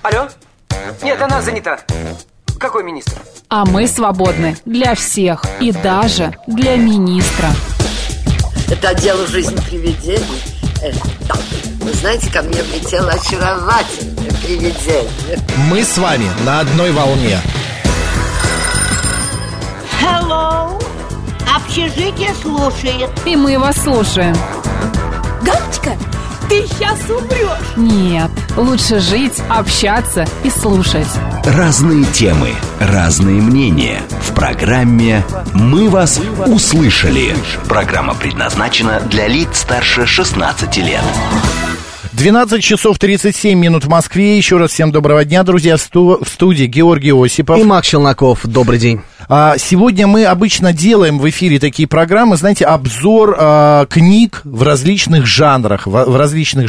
Алло? Нет, она занята. Какой министр? А мы свободны для всех и даже для министра. Это отдел «Жизнь привидений». Так, вы знаете, ко мне влетело очаровательное привидение. Мы с вами на одной волне. Hello! Общежитие слушает. И мы вас слушаем. Галочка, ты сейчас умрешь. Нет, лучше жить, общаться и слушать. Разные темы, разные мнения. В программе «Мы вас услышали». Программа предназначена для лиц старше 16 лет. 12 часов 37 минут в Москве. Еще раз всем доброго дня, друзья. В студии Георгий Осипов и Макс Челноков. Добрый день. Сегодня мы обычно делаем в эфире такие программы, знаете, обзор книг в различных жанрах, в различных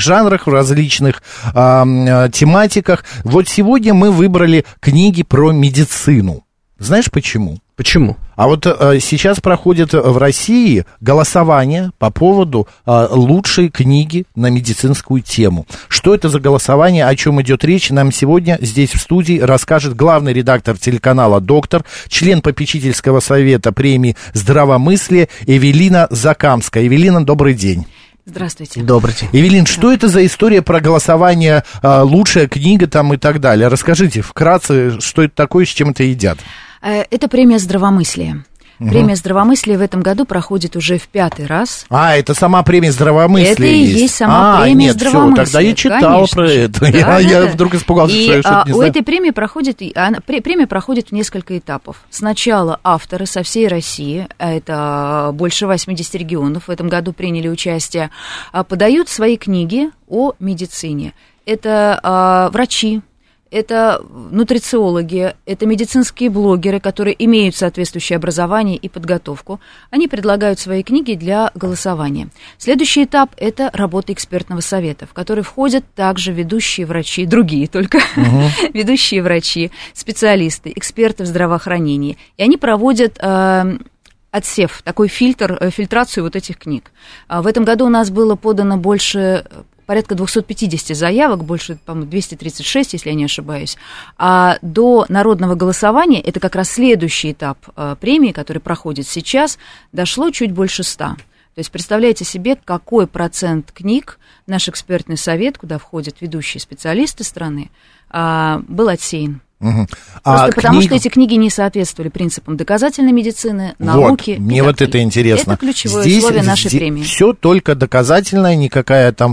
тематиках. Вот сегодня мы выбрали книги про медицину. Знаешь почему? Почему? А вот сейчас проходит в России голосование по поводу лучшей книги на медицинскую тему. Что это за голосование, о чем идет речь, нам сегодня здесь в студии расскажет главный редактор телеканала «Доктор», член попечительского совета премии «Здравомыслие» Эвелина Закамская. Эвелина, добрый день. Здравствуйте. Добрый день. Эвелин, что это за история про голосование, лучшая книга там и так далее? Расскажите вкратце, что это такое, с чем это едят. Это премия «Здравомыслие». Премия «Здравомыслие» в этом году проходит уже в 5-й раз. Это сама премия «Здравомыслия» это и есть сама премия «Здравомыслие». Все, тогда я читал про это. Да, я вдруг испугался, что я что-то не знаю. У этой премии премия проходит в несколько этапов. Сначала авторы со всей России, это больше 80 регионов в этом году приняли участие, подают свои книги о медицине. Это врачи, это нутрициологи, это медицинские блогеры, которые имеют соответствующее образование и подготовку. Они предлагают свои книги для голосования. Следующий этап – это работа экспертного совета, в который входят также ведущие врачи, другие только, ведущие врачи, специалисты, эксперты в здравоохранении. И они проводят отсев, такой фильтрацию вот этих книг. В этом году у нас было подано порядка 250 заявок, больше, по-моему, 236, если я не ошибаюсь. А до народного голосования, это как раз следующий этап премии, который проходит сейчас, дошло чуть больше 100. То есть представляете себе, какой процент книг наш экспертный совет, куда входят ведущие специалисты страны, был отсеян. Просто потому, что эти книги не соответствовали принципам доказательной медицины, науки. Вот, мне вот это интересно. Это ключевое условие нашей премии. Все только доказательное, никакая там,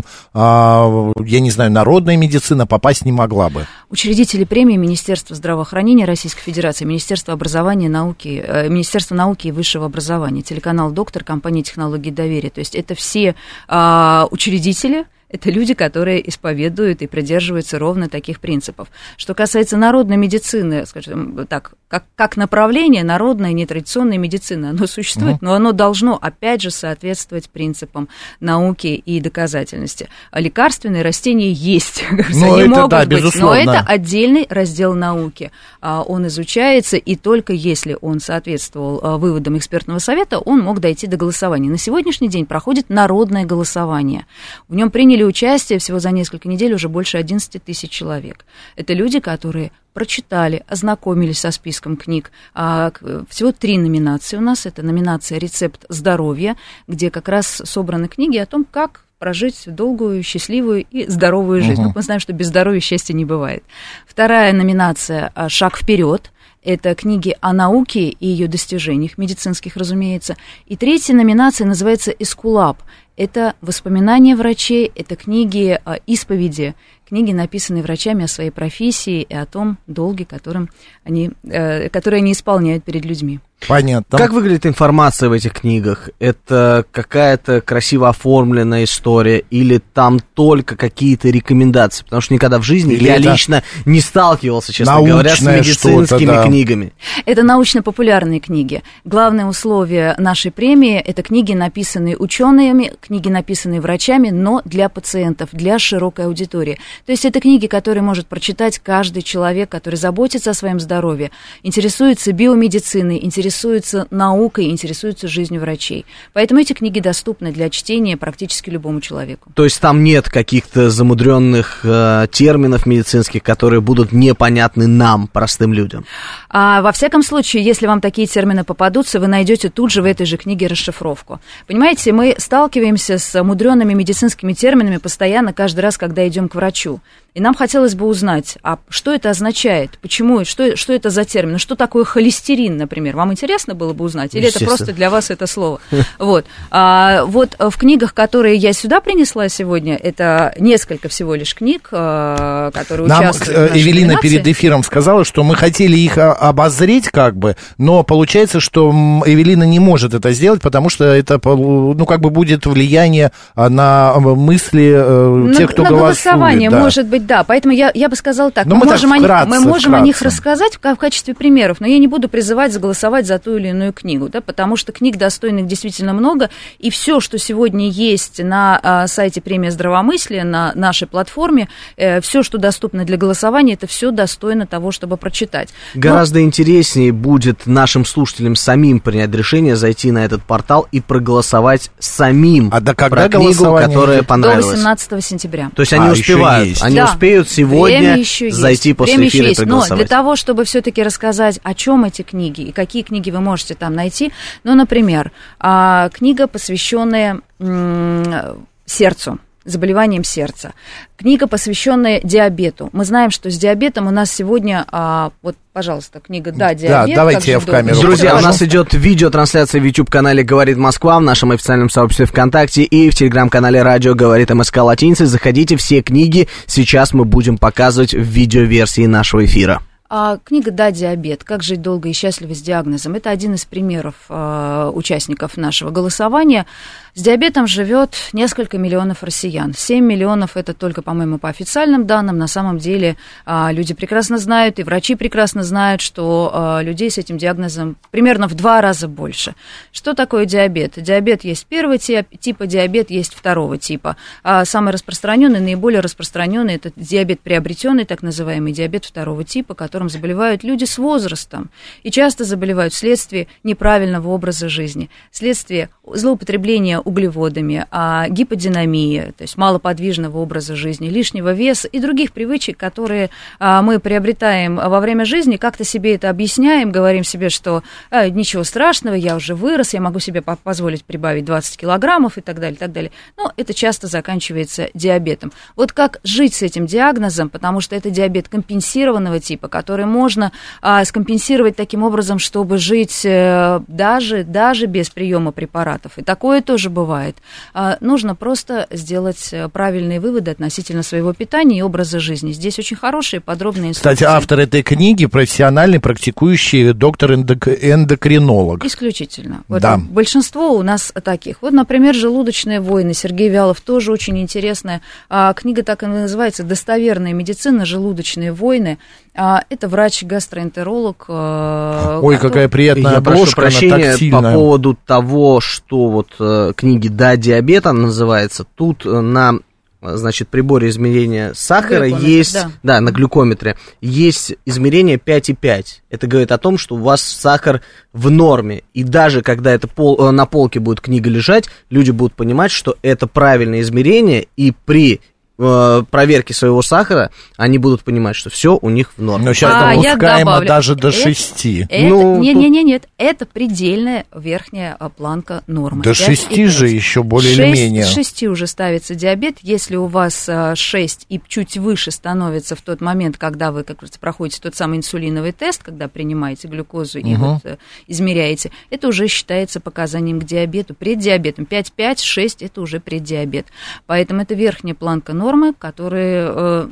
я не знаю, народная медицина попасть не могла бы. Учредители премии Министерство здравоохранения Российской Федерации, Министерство образования и науки, Министерство науки и высшего образования, телеканал «Доктор», компания «Технологии доверия». То есть это все учредители. Это люди, которые исповедуют и придерживаются ровно таких принципов. Что касается народной медицины, скажем так, как направление, народная нетрадиционная медицина, оно существует, но оно должно, опять же, соответствовать принципам науки и доказательности. А лекарственные растения есть, они могут быть, но это отдельный раздел науки. Он изучается, и только если он соответствовал выводам экспертного совета, он мог дойти до голосования. На сегодняшний день проходит народное голосование. В нем приняли участие всего за несколько недель уже больше 11 тысяч человек. Это люди, которые прочитали, ознакомились со списком книг. Всего 3 номинации у нас. Это номинация «Рецепт здоровья», где как раз собраны книги о том, как прожить долгую, счастливую и здоровую жизнь. Мы знаем, что без здоровья счастья не бывает. Вторая номинация «Шаг вперед». Это книги о науке и ее достижениях, медицинских, разумеется. И третья номинация называется «Эскулап». Это воспоминания врачей, это книги исповеди, книги, написанные врачами о своей профессии и о том долге, которые они исполняют перед людьми. Понятно. Как выглядит информация в этих книгах? Это какая-то красиво оформленная история или там только какие-то рекомендации? Потому что никогда в жизни я лично не сталкивался, честно говоря, с медицинскими книгами. Это научно-популярные книги. Главное условие нашей премии – это книги, написанные учеными, книги, написанные врачами, но для пациентов, для широкой аудитории. То есть это книги, которые может прочитать каждый человек, который заботится о своем здоровье, интересуется биомедициной, интересуется наукой, интересуется жизнью врачей. Поэтому эти книги доступны для чтения практически любому человеку. То есть там нет каких-то замудренных терминов медицинских, которые будут непонятны нам, простым людям? Во всяком случае, если вам такие термины попадутся, вы найдете тут же в этой же книге расшифровку. Понимаете, мы сталкиваемся с мудреными медицинскими терминами постоянно, каждый раз, когда идем к врачу. И нам хотелось бы узнать, а что это означает, почему, что это за термин, что такое холестерин, например. Вам интересно было бы узнать? Или это просто для вас это слово? Вот. Вот в книгах, которые я сюда принесла сегодня, это несколько всего лишь книг, которые участвуют в нашей Эвелина номинации. перед эфиром сказала, что мы хотели их обозреть как бы, но получается, что Эвелина не может это сделать, потому что это, ну, как бы будет влияние на мысли тех, кто голосует. На голосование, да. Может быть, да. Поэтому я бы сказала так, мы можем о них рассказать в качестве примеров, но я не буду призывать заголосовать за ту или иную книгу, да, потому что книг достойных действительно много, и все, что сегодня есть на сайте «Премия здравомыслия», на нашей платформе, все, что доступно для голосования, это все достойно того, чтобы прочитать. Гораздо интереснее будет нашим слушателям самим принять решение, зайти на этот портал и проголосовать самим про книгу, которая понравилась. До 18 сентября. То есть они успевают, они успеют сегодня зайти после эфира и проголосовать. Но для того, чтобы все-таки рассказать, о чем эти книги и какие книги вы можете там найти, ну, например, книга, посвященная сердцу, заболеваниям сердца. Книга, посвященная диабету. Мы знаем, что с диабетом у нас сегодня, вот, пожалуйста, книга «Да, диабет». Да, давайте я в камеру. Друзья, у нас идет видеотрансляция в YouTube-канале «Говорит Москва», в нашем официальном сообществе ВКонтакте и в телеграм-канале «Радио говорит МСК латиницей». Заходите, все книги сейчас мы будем показывать в видеоверсии нашего эфира. Книга «Да, диабет. Как жить долго и счастливо с диагнозом» – это один из примеров участников нашего голосования. С диабетом живет несколько миллионов россиян. 7 миллионов – это только, по-моему, по официальным данным. На самом деле люди прекрасно знают, и врачи прекрасно знают, что людей с этим диагнозом примерно в 2 раза больше. Что такое диабет? Диабет есть первого типа, диабет есть второго типа. Самый распространенный, наиболее распространенный – это диабет приобретенный, так называемый диабет второго типа, которым заболевают люди с возрастом. И часто заболевают вследствие неправильного образа жизни, вследствие злоупотребления углеводами, гиподинамии, то есть малоподвижного образа жизни, лишнего веса и других привычек, которые мы приобретаем во время жизни, как-то себе это объясняем, говорим себе, что ничего страшного, я уже вырос, я могу себе позволить прибавить 20 килограммов и так далее, так далее. Но это часто заканчивается диабетом. Вот как жить с этим диагнозом, потому что это диабет компенсированного типа, который можно скомпенсировать таким образом, чтобы жить даже без приема препаратов. И такое тоже бывает. Нужно просто сделать правильные выводы относительно своего питания и образа жизни. Здесь очень хорошие подробные инструкции. Кстати, автор этой книги профессиональный практикующий доктор-эндокринолог. Исключительно. Вот да. Большинство у нас таких. Вот, например, «Желудочные войны». Сергей Вялов, тоже очень интересная книга, так и называется «Достоверная медицина. Желудочные войны». Это врач-гастроэнтеролог. Ой, какая приятная обложка, прошу прощения, тактильная. По поводу того, что вот книги «Да, диабет» она называется, тут на, значит, приборе измерения сахара есть, да, на глюкометре, есть измерение 5,5. Это говорит о том, что у вас сахар в норме. И даже когда это на полке будет книга лежать, люди будут понимать, что это правильное измерение, и при проверки своего сахара, они будут понимать, что все у них в норме. Но сейчас допускаемо даже до 6. Нет, это предельная верхняя планка нормы. До 6 же еще более или менее. С 6 уже ставится диабет. Если у вас 6 и чуть выше становится в тот момент, когда вы, как говорится, проходите тот самый инсулиновый тест, когда принимаете глюкозу и вот измеряете, это уже считается показанием к диабету, преддиабетом. 5,5, 6 это уже преддиабет. Поэтому это верхняя планка нормы, которые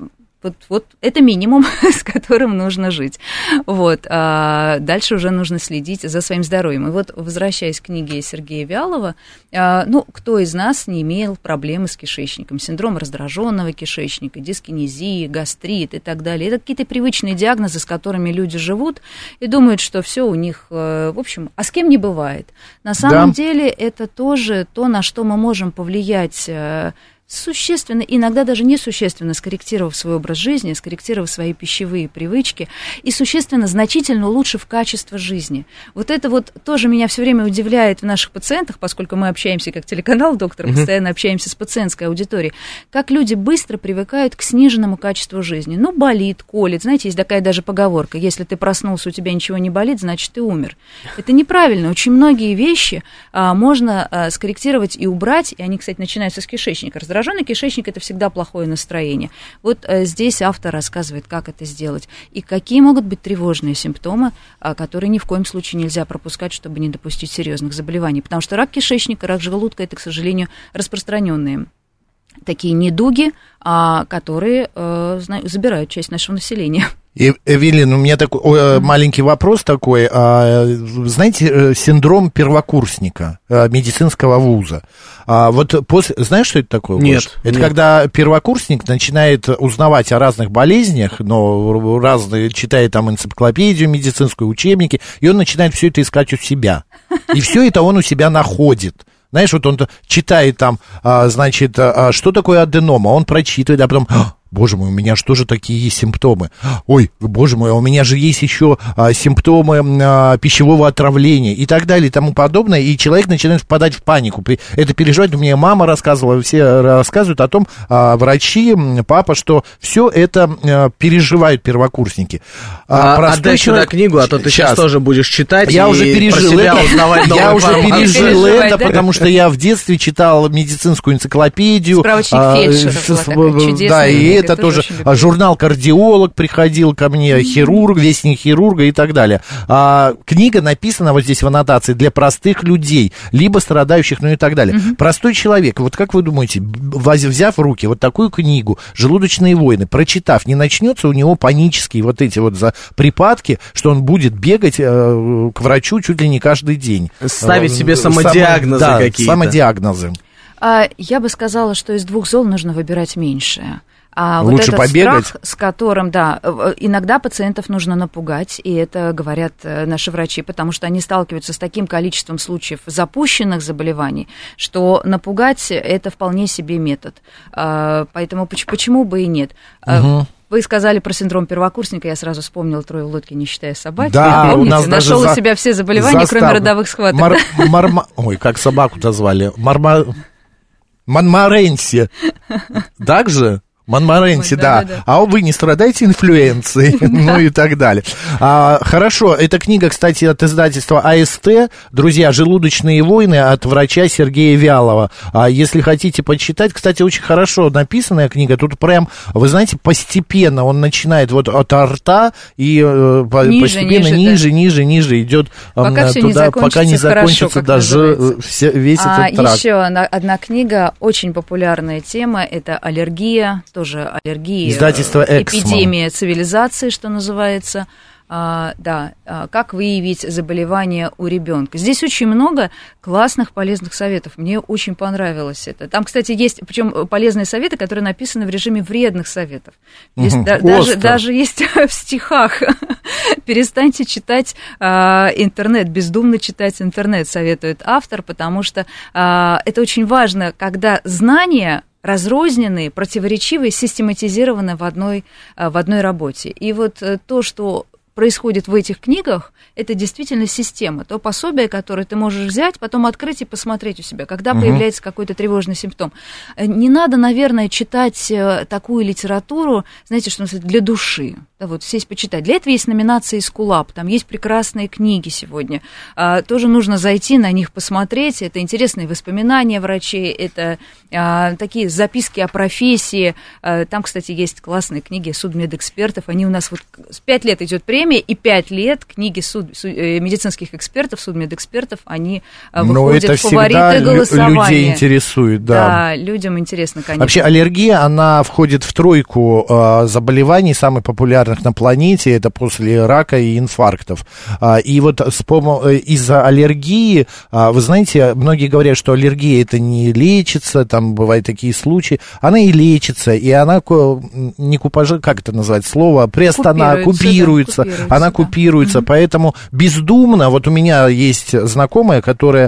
Вот это минимум, с которым нужно жить. Вот. А дальше уже нужно следить за своим здоровьем. И вот, возвращаясь к книге Сергея Вялова, кто из нас не имел проблемы с кишечником? Синдром раздраженного кишечника, дискинезия, гастрит и так далее. Это какие-то привычные диагнозы, с которыми люди живут и думают, что все у них, в общем, а с кем не бывает. На самом деле это тоже то, на что мы можем повлиять существенно, иногда даже несущественно, скорректировав свой образ жизни, скорректировав свои пищевые привычки и существенно, значительно улучшив качество жизни. Вот это вот тоже меня все время удивляет в наших пациентах, поскольку мы общаемся как телеканал «Доктор», постоянно общаемся с пациентской аудиторией, как люди быстро привыкают к сниженному качеству жизни. Ну, болит, колет. Знаете, есть такая даже поговорка: если ты проснулся, у тебя ничего не болит, значит, ты умер. Это неправильно. Очень многие вещи можно скорректировать и убрать, и они, кстати, начинаются с кишечника. Раздраженный кишечник – это всегда плохое настроение. Вот здесь автор рассказывает, как это сделать и какие могут быть тревожные симптомы, которые ни в коем случае нельзя пропускать, чтобы не допустить серьезных заболеваний. Потому что рак кишечника, рак желудка – это, к сожалению, распространенные такие недуги, которые забирают часть нашего населения. Эвелина, у меня такой маленький вопрос такой. Знаете, синдром первокурсника медицинского вуза. Знаешь, что это такое? Нет. Это когда первокурсник начинает узнавать о разных болезнях, но читает там энциклопедию медицинскую, учебники, и он начинает все это искать у себя. И все это он у себя находит. Знаешь, вот он читает там, что такое аденома, он прочитывает, а потом... Боже мой, у меня что же такие есть симптомы? Ой, боже мой, а у меня же есть еще симптомы пищевого отравления и так далее и тому подобное. И человек начинает впадать в панику. Это переживать. У меня мама рассказывала, все рассказывают о том, врачи, папа, что все это переживают первокурсники. Отдай сюда книгу, а то ты сейчас тоже будешь читать. Я уже пережил это. Я уже пережил это, да? потому что я в детстве читал медицинскую энциклопедию. Справочник фельдшера. Да, и это тоже журнал «Кардиолог» приходил ко мне, хирург, вестник хирурга и так далее. Книга написана вот здесь в аннотации для простых людей, либо страдающих, ну и так далее. Простой человек, вот как вы думаете, взяв в руки вот такую книгу «Желудочные войны», прочитав, не начнется у него панические вот эти вот припадки, что он будет бегать к врачу чуть ли не каждый день? Ставить себе самодиагнозы какие-то. Самодиагнозы. Я бы сказала, что из двух зол нужно выбирать меньшее. А лучше вот этот побегать? Страх, с которым, иногда пациентов нужно напугать, и это говорят наши врачи, потому что они сталкиваются с таким количеством случаев запущенных заболеваний, что напугать – это вполне себе метод. Поэтому почему бы и нет? Вы сказали про синдром первокурсника, я сразу вспомнила «Трое в лодке, не считая собаки». Да, помните, у нас нашел у себя все заболевания, кроме родовых схваток. Ой, как собаку-то звали? Монморенси. Так же? Монморенси, да. А вы не страдаете инфлюенцией, ну и так далее. Хорошо, эта книга, кстати, от издательства АСТ, друзья, «Желудочные войны» от врача Сергея Вялова. Если хотите почитать, кстати, очень хорошо написанная книга, тут прям, вы знаете, постепенно он начинает вот от рта и постепенно ниже идет туда, пока не закончится даже весь этот тракт. Еще одна книга, очень популярная тема, это аллергия, тоже аллергия, издательство эпидемия цивилизации, что называется. Как выявить заболевание у ребенка. Здесь очень много классных, полезных советов. Мне очень понравилось это. Там, кстати, есть, причем полезные советы, которые написаны в режиме вредных советов. Даже есть в стихах. Перестаньте читать интернет, бездумно читать интернет, советует автор, потому что это очень важно, когда знания разрозненные, противоречивые, систематизированы в одной работе. И вот то, что происходит в этих книгах, это действительно система. То пособие, которое ты можешь взять, потом открыть и посмотреть у себя, когда появляется какой-то тревожный симптом. Не надо, наверное, читать такую литературу, знаете, что для души. Да, вот сесть почитать. Для этого есть номинации «Эскулап», там есть прекрасные книги сегодня. Тоже нужно зайти на них посмотреть. Это интересные воспоминания врачей, это такие записки о профессии. Там, кстати, есть классные книги судмедэкспертов. Они у нас вот с 5 лет идет премия, время, и 5 лет книги медицинских экспертов, судмедэкспертов, они но выходят это в фавориты голосования. Людей интересует, да. Да, людям интересно, конечно. Вообще аллергия, она входит в тройку заболеваний, самых популярных на планете, это после рака и инфарктов. И вот из-за аллергии, вы знаете, многие говорят, что аллергия это не лечится, там бывают такие случаи, она и лечится, и она не как это называть слово, купируется, она купируется, поэтому бездумно, вот у меня есть знакомая, которая,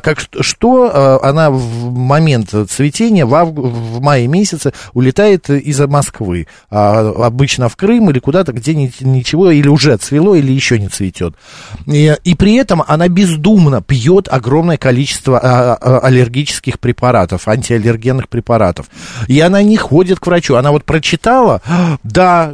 она в момент цветения в мае месяце улетает из Москвы, обычно в Крым или куда-то, где ничего или уже цвело, или еще не цветет, и при этом она бездумно пьет огромное количество аллергических препаратов, антиаллергенных препаратов, и она не ходит к врачу, она вот прочитала, да,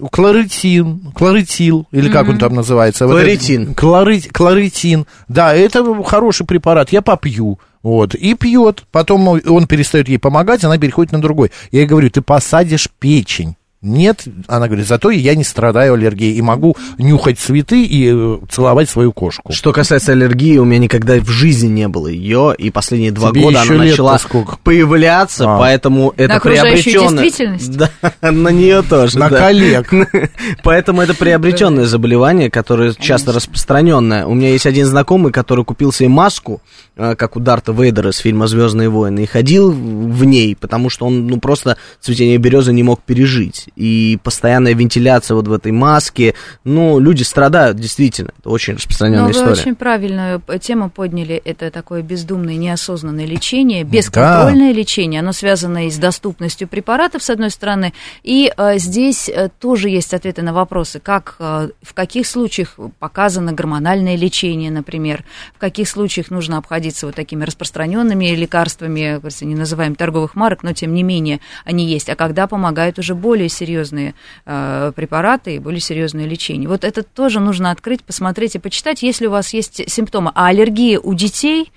кларитил, или как он там называется? Кларитин. Кларитин, да, это хороший препарат, я попью. Вот, и пьет, потом он перестает ей помогать, она переходит на другой. Я ей говорю, ты посадишь печень. Нет, она говорит, зато я не страдаю аллергией и могу нюхать цветы и целовать свою кошку. Что касается аллергии, у меня никогда в жизни не было ее, и последние 2 года она начала появляться, поэтому это на приобретенное... действительность? Да, на нее тоже. На коллег. Поэтому это приобретенное заболевание, которое часто распространенное. У меня есть один знакомый, который купил себе маску, как у Дарта Вейдера из фильма «Звездные войны», и ходил в ней, потому что он просто цветение березы не мог пережить. И постоянная вентиляция вот в этой маске, люди страдают, действительно, это очень распространенная история. Вы очень правильную тему подняли, это такое бездумное, неосознанное лечение, бесконтрольное лечение, оно связано и с доступностью препаратов, с одной стороны, и здесь тоже есть ответы на вопросы, в каких случаях показано гормональное лечение, например, в каких случаях нужно обходиться вот такими распространенными лекарствами, не называем торговых марок, но тем не менее они есть, а когда помогают уже более серьезные препараты и более серьезное лечение. Вот это тоже нужно открыть, посмотреть и почитать, если у вас есть симптомы. А аллергия у детей,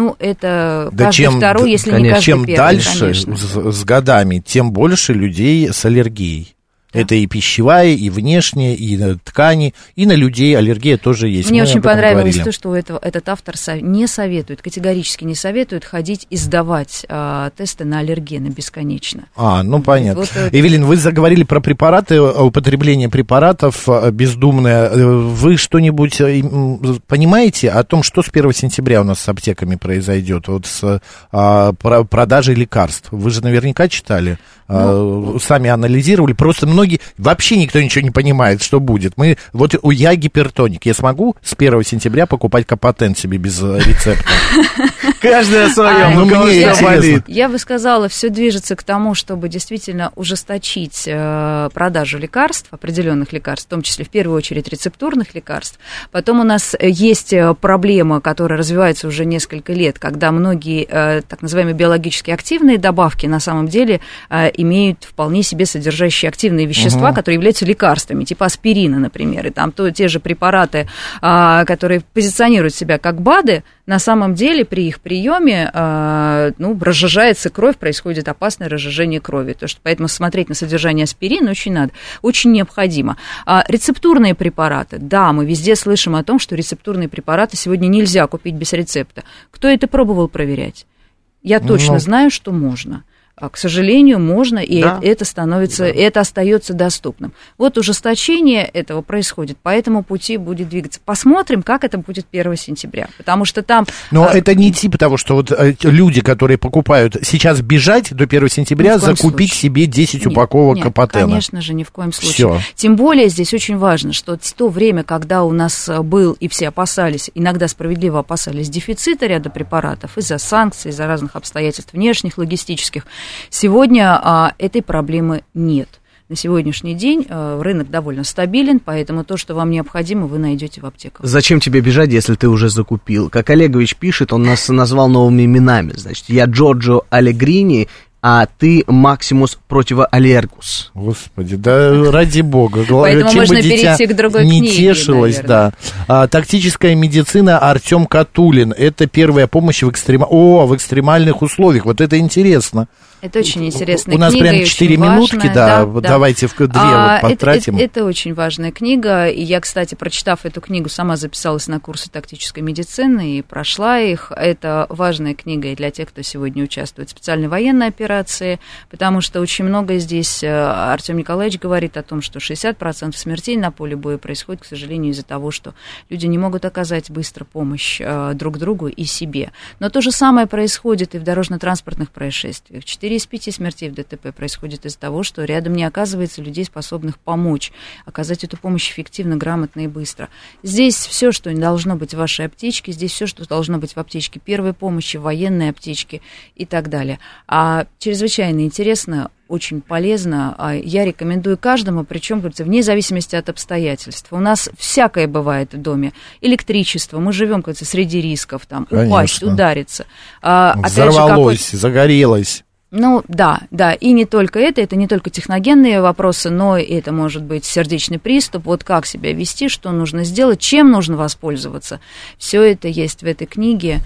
это каждый второй, если не каждый чем первый. Чем дальше конечно. с годами, тем больше людей с аллергией. Да. Это и пищевая, и внешняя, и ткани, и на людей аллергия тоже есть. Мне очень понравилось то, что этот автор не советует, категорически не советует ходить и сдавать тесты на аллергены бесконечно. Понятно. Эвелин, вы заговорили про препараты, употребление препаратов бездумное. Вы что-нибудь понимаете о том, что с 1 сентября у нас с аптеками произойдет, с продажей лекарств? Вы же наверняка читали, сами анализировали, просто вообще никто ничего не понимает, что будет. Я гипертоник, я смогу с 1 сентября покупать Капотен себе без рецепта? Каждый о своем, у кого что болит. Я бы сказала, все движется к тому, чтобы действительно ужесточить продажу лекарств, определенных лекарств, в том числе в первую очередь рецептурных лекарств. Потом у нас есть проблема, которая развивается уже несколько лет, когда многие так называемые биологически активные добавки на самом деле имеют вполне себе содержащие активные вещества, которые являются лекарствами, типа аспирина, например, и там те же препараты, которые позиционируют себя как БАДы, на самом деле при их приеме разжижается кровь, происходит опасное разжижение крови. Поэтому смотреть на содержание аспирина очень надо, очень необходимо. Рецептурные препараты, да, мы везде слышим о том, что рецептурные препараты сегодня нельзя купить без рецепта. Кто это пробовал проверять? Я точно знаю, что можно. К сожалению, можно, и это остается доступным. Вот ужесточение этого происходит, по этому пути будет двигаться. Посмотрим, как это будет 1 сентября, потому что там... Но это не типа того, что люди, которые покупают, сейчас бежать до 1 сентября, закупить себе 10 упаковок Капотена. Конечно же, ни в коем случае. Тем более здесь очень важно, что то время, когда у нас был, и все опасались, иногда справедливо опасались дефицита ряда препаратов из-за санкций, из-за разных обстоятельств внешних, логистических, сегодня этой проблемы нет. На сегодняшний день рынок довольно стабилен, поэтому то, что вам необходимо, вы найдете в аптеках. Зачем тебе бежать, если ты уже закупил? Как Олегович пишет, он нас назвал новыми именами. Значит, я Джорджо Аллегрини, а ты Максимус противоаллергус. Господи, да ради бога. Поэтому чем можно бы дитя перейти к другой не книге, тешилось, наверное. да. Тактическая медицина Артем Катулин. Это первая помощь в экстремальных условиях. Вот это интересно. Это очень интересная книга. У нас прям 4 минутки, да, давайте в 2 потратим. Это очень важная книга, и я, кстати, прочитав эту книгу, сама записалась на курсы тактической медицины и прошла их. Это важная книга и для тех, кто сегодня участвует в специальной военной операции, потому что очень много здесь Артем Николаевич говорит о том, что 60% смертей на поле боя происходит, к сожалению, из-за того, что люди не могут оказать быстро помощь друг другу и себе. Но то же самое происходит и в дорожно-транспортных происшествиях. 4 из 5 смертей в ДТП происходит из-за того, что рядом не оказывается людей, способных помочь, оказать эту помощь эффективно, грамотно и быстро. Здесь все, что должно быть в вашей аптечке, здесь все, что должно быть в аптечке первой помощи, в военной аптечке и так далее. Чрезвычайно интересно, очень полезно. Я рекомендую каждому, причем, говорится, вне зависимости от обстоятельств. У нас всякое бывает в доме. Электричество, мы живем, говорится, среди рисков, там, упасть, удариться. Взорвалось, загорелось. Ну, да, и не только это не только техногенные вопросы, но это может быть сердечный приступ, вот как себя вести, что нужно сделать, чем нужно воспользоваться. Все это есть в этой книге,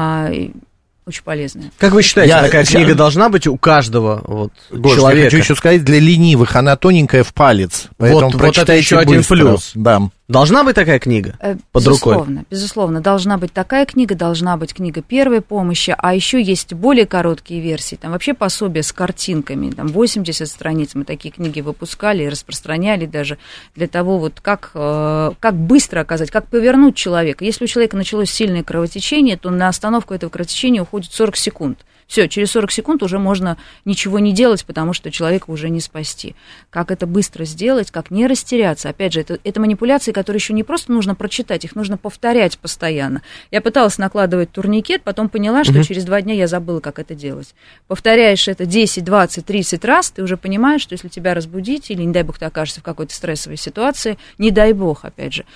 очень полезная. Как вы считаете, такая книга должна быть у каждого человека? Я хочу еще сказать, для ленивых она тоненькая в палец, поэтому вот это еще один плюс. Да. Должна быть такая книга под рукой? Безусловно, должна быть такая книга, должна быть книга первой помощи, а еще есть более короткие версии, там вообще пособия с картинками, там 80 страниц, мы такие книги выпускали и распространяли даже для того, как быстро оказать, как повернуть человека. Если у человека началось сильное кровотечение, то на остановку этого кровотечения уходит 40 секунд. Все, через 40 секунд уже можно ничего не делать, потому что человека уже не спасти. Как это быстро сделать, как не растеряться. Опять же, это манипуляции, которые еще не просто нужно прочитать, их нужно повторять постоянно. Я пыталась накладывать турникет, потом поняла, что через 2 дня я забыла, как это делать. Повторяешь это 10, 20, 30 раз, ты уже понимаешь, что если тебя разбудить, или, не дай бог, ты окажешься в какой-то стрессовой ситуации, не дай бог, опять же,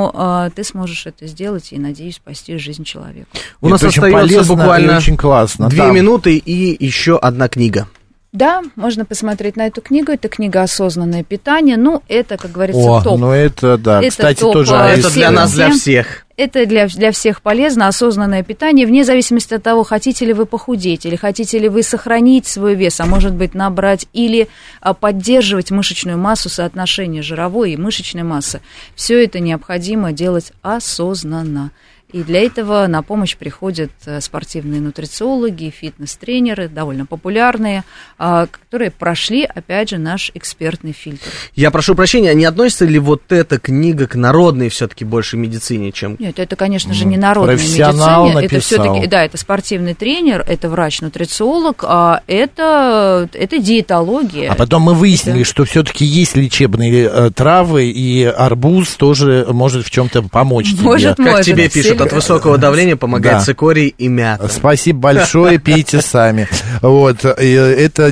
но ты сможешь это сделать и, надеюсь, спасти жизнь человека. У нас остается буквально очень классно. 2 минуты и еще одна книга. Да, можно посмотреть на эту книгу. Это книга «Осознанное питание». Ну, это, как говорится, топ. Ну, это, да. Это кстати, топ, тоже... Это для нас, для всех. Это для всех полезно, осознанное питание, вне зависимости от того, хотите ли вы похудеть, или хотите ли вы сохранить свой вес, а может быть, набрать, или поддерживать мышечную массу, соотношение жировой и мышечной массы. Все это необходимо делать осознанно. И для этого на помощь приходят спортивные нутрициологи, фитнес-тренеры, довольно популярные, которые прошли, опять же, наш экспертный фильтр. Я прошу прощения, а не относится ли вот эта книга к народной все-таки больше медицине, чем... Нет, это, конечно же, не народная профессионал медицина. написал. Это все-таки, да, это спортивный тренер, это врач-нутрициолог, а это диетология. А потом мы выяснили, что все-таки есть лечебные травы, и арбуз тоже может в чем-то помочь тебе. Как тебе пишут? От высокого давления помогает цикорий и мята. Спасибо большое, пейте сами. Вот, это,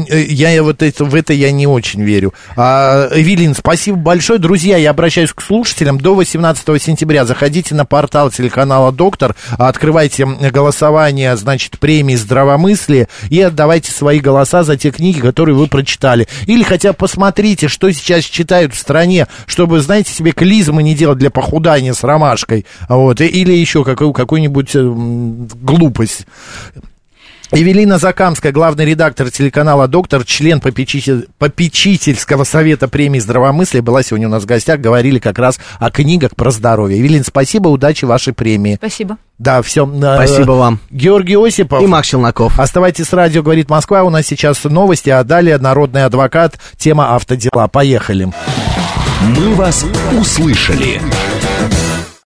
в это я не очень верю. Эвелин, спасибо большое. Друзья, я обращаюсь к слушателям. До 18 сентября заходите на портал телеканала «Доктор», открывайте голосование, значит, премии «Здравомыслие» и отдавайте свои голоса за те книги, которые вы прочитали. Или хотя бы посмотрите, что сейчас читают в стране, чтобы, знаете, себе клизмы не делать для похудания с ромашкой. Вот, или еще какую-нибудь глупость. Эвелина Закамская, главный редактор телеканала «Доктор», член попечительского совета премии «Здравомыслие», была сегодня у нас в гостях, говорили как раз о книгах про здоровье. Эвелина, спасибо, удачи вашей премии. Спасибо. Да, все. Спасибо вам. Георгий Осипов. И Макс Челноков. Оставайтесь с радио «Говорит Москва», у нас сейчас новости, а далее народный адвокат, тема автодела. Поехали. Мы вас услышали.